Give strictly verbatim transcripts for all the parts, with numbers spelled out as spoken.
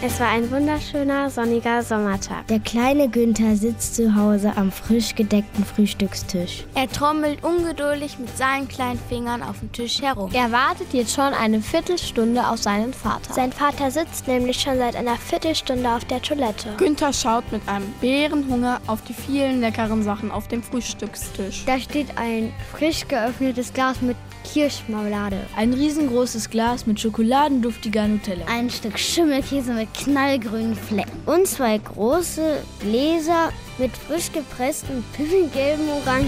Es war ein wunderschöner, sonniger Sommertag. Der kleine Günther sitzt zu Hause am frisch gedeckten Frühstückstisch. Er trommelt ungeduldig mit seinen kleinen Fingern auf dem Tisch herum. Er wartet jetzt schon eine Viertelstunde auf seinen Vater. Sein Vater sitzt nämlich schon seit einer Viertelstunde auf der Toilette. Günther schaut mit einem Bärenhunger auf die vielen leckeren Sachen auf dem Frühstückstisch. Da steht ein frisch geöffnetes Glas mit Kirschmarmelade. Ein riesengroßes Glas mit schokoladenduftiger Nutella. Ein Stück Schimmelkäse mit knallgrünen Flecken. Und zwei große Gläser mit frisch gepressten, piffelgelben Orangen.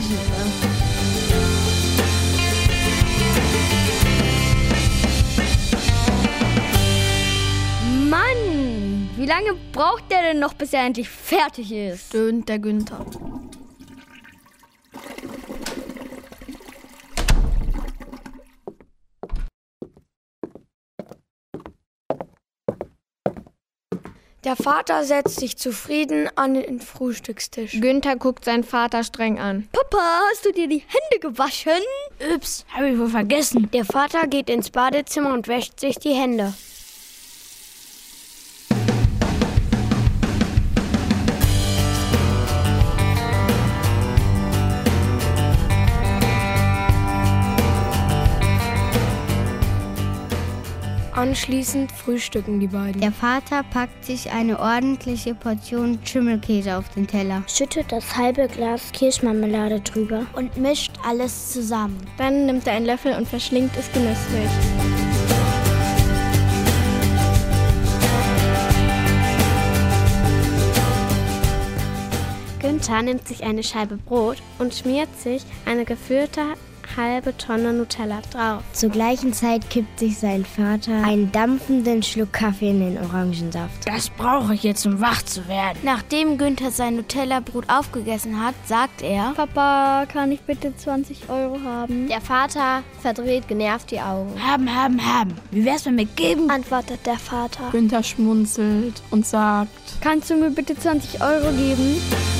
Mann, wie lange braucht der denn noch, bis er endlich fertig ist? Stöhnt der Günther. Der Vater setzt sich zufrieden an den Frühstückstisch. Günther guckt seinen Vater streng an. Papa, hast du dir die Hände gewaschen? Ups, hab ich wohl vergessen. Der Vater geht ins Badezimmer und wäscht sich die Hände. Anschließend frühstücken die beiden. Der Vater packt sich eine ordentliche Portion Schimmelkäse auf den Teller. Schüttet das halbe Glas Kirschmarmelade drüber und mischt alles zusammen. Dann nimmt er einen Löffel und verschlingt es genüsslich. Günther nimmt sich eine Scheibe Brot und schmiert sich eine gefüllte halbe Tonne Nutella drauf. Zur gleichen Zeit kippt sich sein Vater einen dampfenden Schluck Kaffee in den Orangensaft. Das brauche ich jetzt, um wach zu werden. Nachdem Günther sein Nutella-Brot aufgegessen hat, sagt er: Papa, kann ich bitte zwanzig Euro haben? Der Vater verdreht genervt die Augen. Haben, haben, haben. Wie wär's, wenn wir geben? Antwortet der Vater. Günther schmunzelt und sagt: Kannst du mir bitte zwanzig Euro geben?